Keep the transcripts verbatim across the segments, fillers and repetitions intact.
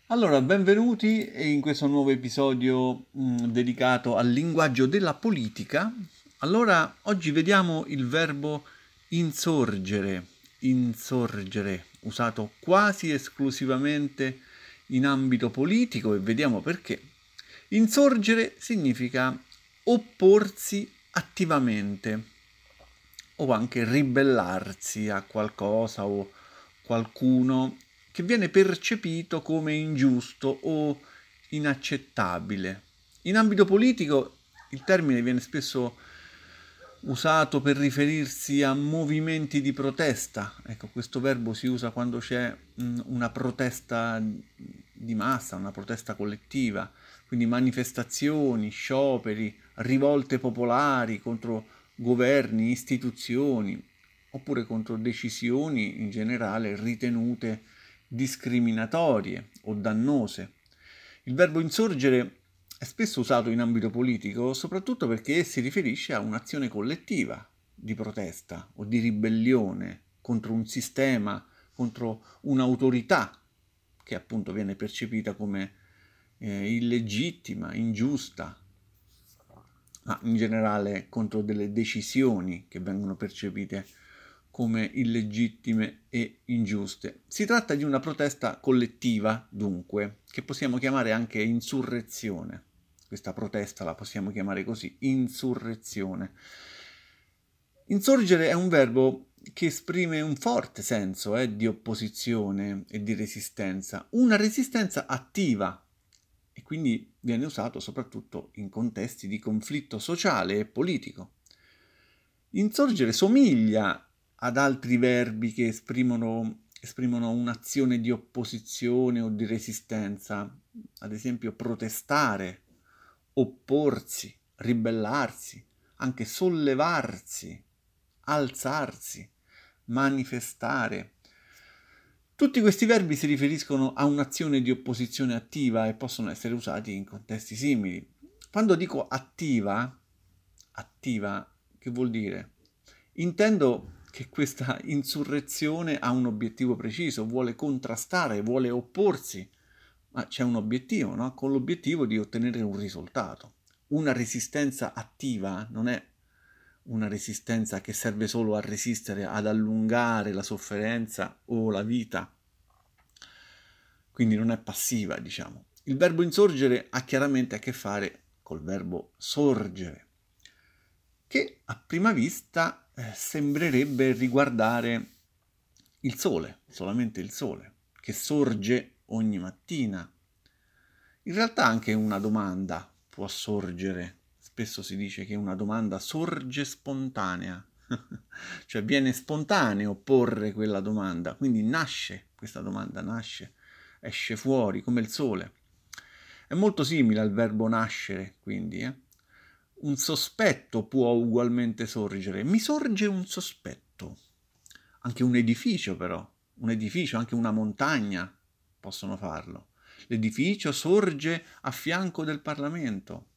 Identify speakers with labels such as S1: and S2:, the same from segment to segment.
S1: Allora, benvenuti in questo nuovo episodio mh, dedicato al linguaggio della politica. Allora, oggi vediamo il verbo insorgere, insorgere, usato quasi esclusivamente in ambito politico e vediamo perché. Insorgere significa opporsi attivamente o anche ribellarsi a qualcosa o qualcuno che viene percepito come ingiusto o inaccettabile. In ambito politico il termine viene spesso usato per riferirsi a movimenti di protesta. Ecco, questo verbo si usa quando c'è mh, una protesta di massa, una protesta collettiva, quindi manifestazioni, scioperi, rivolte popolari contro governi, istituzioni, oppure contro decisioni in generale ritenute discriminatorie o dannose. Il verbo insorgere è spesso usato in ambito politico soprattutto perché si riferisce a un'azione collettiva di protesta o di ribellione contro un sistema, contro un'autorità che appunto viene percepita come eh, illegittima, ingiusta, ma in generale contro delle decisioni che vengono percepite come illegittime e ingiuste. Si tratta di una protesta collettiva, dunque, che possiamo chiamare anche insurrezione. Questa protesta la possiamo chiamare così, insurrezione. Insorgere è un verbo che esprime un forte senso eh, di opposizione e di resistenza, una resistenza attiva e quindi viene usato soprattutto in contesti di conflitto sociale e politico. Insorgere somiglia ad altri verbi che esprimono, esprimono un'azione di opposizione o di resistenza, ad esempio protestare, opporsi, ribellarsi, anche sollevarsi, alzarsi, manifestare. Tutti questi verbi si riferiscono a un'azione di opposizione attiva e possono essere usati in contesti simili. Quando dico attiva, attiva, che vuol dire? Intendo che questa insurrezione ha un obiettivo preciso, vuole contrastare, vuole opporsi, ma c'è un obiettivo, no? Con l'obiettivo di ottenere un risultato. Una resistenza attiva non è una resistenza che serve solo a resistere, ad allungare la sofferenza o la vita, quindi non è passiva, diciamo. Il verbo insorgere ha chiaramente a che fare col verbo sorgere, che a prima vista eh, sembrerebbe riguardare il sole, solamente il sole, che sorge ogni mattina. In realtà anche una domanda può sorgere. Spesso si dice che una domanda sorge spontanea, cioè viene spontaneo porre quella domanda, quindi nasce, questa domanda nasce, esce fuori come il sole. È molto simile al verbo nascere, quindi. Eh? Un sospetto può ugualmente sorgere. Mi sorge un sospetto. Anche un edificio però, un edificio, anche una montagna possono farlo. L'edificio sorge a fianco del Parlamento.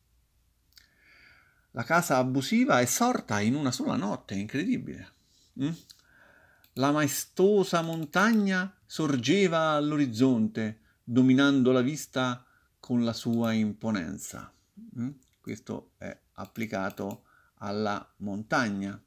S1: La casa abusiva è sorta in una sola notte, è incredibile. Mm? La maestosa montagna sorgeva all'orizzonte, dominando la vista con la sua imponenza. Mm? Questo è applicato alla montagna.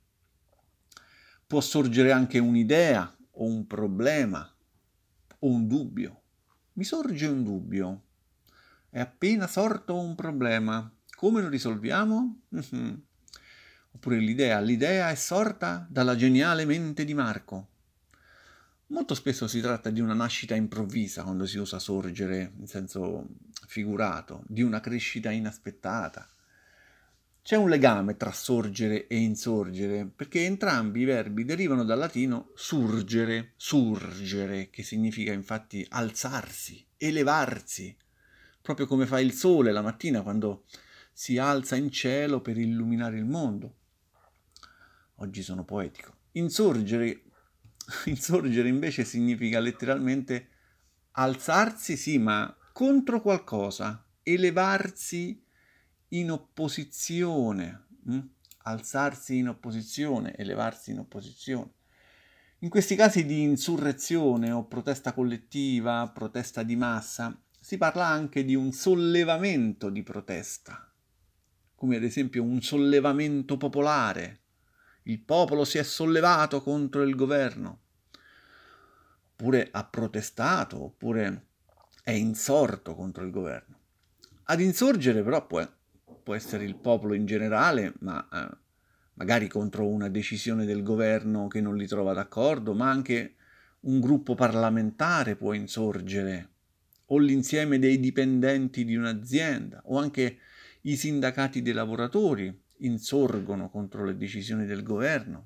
S1: Può sorgere anche un'idea o un problema o un dubbio. Mi sorge un dubbio. È appena sorto un problema. Come lo risolviamo? Mm-hmm. Oppure l'idea. L'idea è sorta dalla geniale mente di Marco. Molto spesso si tratta di una nascita improvvisa quando si usa sorgere in senso figurato, di una crescita inaspettata. C'è un legame tra sorgere e insorgere, perché entrambi i verbi derivano dal latino surgere, surgere, che significa infatti alzarsi, elevarsi, proprio come fa il sole la mattina quando si alza in cielo per illuminare il mondo. Oggi sono poetico. Insorgere, insorgere invece significa letteralmente alzarsi, sì, ma contro qualcosa, elevarsi in opposizione, hm? Alzarsi in opposizione, elevarsi in opposizione. In questi casi di insurrezione o protesta collettiva, protesta di massa, si parla anche di un sollevamento di protesta, come ad esempio un sollevamento popolare. Il popolo si è sollevato contro il governo, oppure ha protestato, oppure è insorto contro il governo. Ad insorgere però può, può essere il popolo in generale, ma eh, magari contro una decisione del governo che non li trova d'accordo, ma anche un gruppo parlamentare può insorgere, o l'insieme dei dipendenti di un'azienda, o anche i sindacati dei lavoratori insorgono contro le decisioni del governo.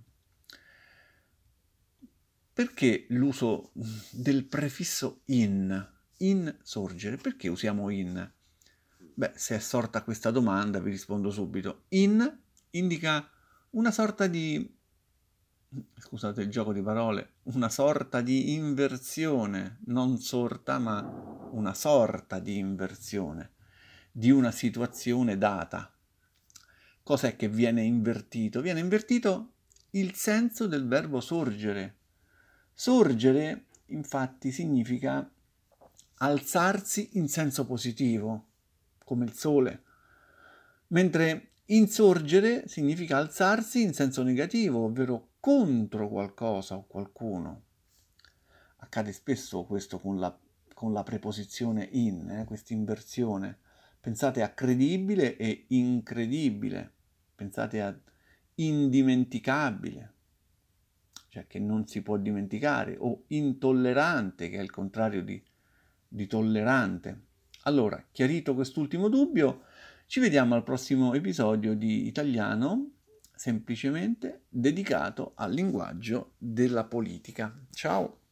S1: Perché l'uso del prefisso in? In sorgere. Perché usiamo in? Beh, se è sorta questa domanda vi rispondo subito. In indica una sorta di, scusate il gioco di parole, una sorta di inversione, non sorta ma una sorta di inversione di una situazione data. Cos'è che viene invertito? Viene invertito il senso del verbo sorgere. Sorgere, infatti, significa alzarsi in senso positivo, come il sole, mentre insorgere significa alzarsi in senso negativo, ovvero contro qualcosa o qualcuno. Accade spesso questo con la, con la preposizione in, eh, questa inversione. Pensate a credibile e incredibile, pensate a indimenticabile, cioè che non si può dimenticare, o intollerante, che è il contrario di, di tollerante. Allora, chiarito quest'ultimo dubbio, ci vediamo al prossimo episodio di Italiano, semplicemente dedicato al linguaggio della politica. Ciao!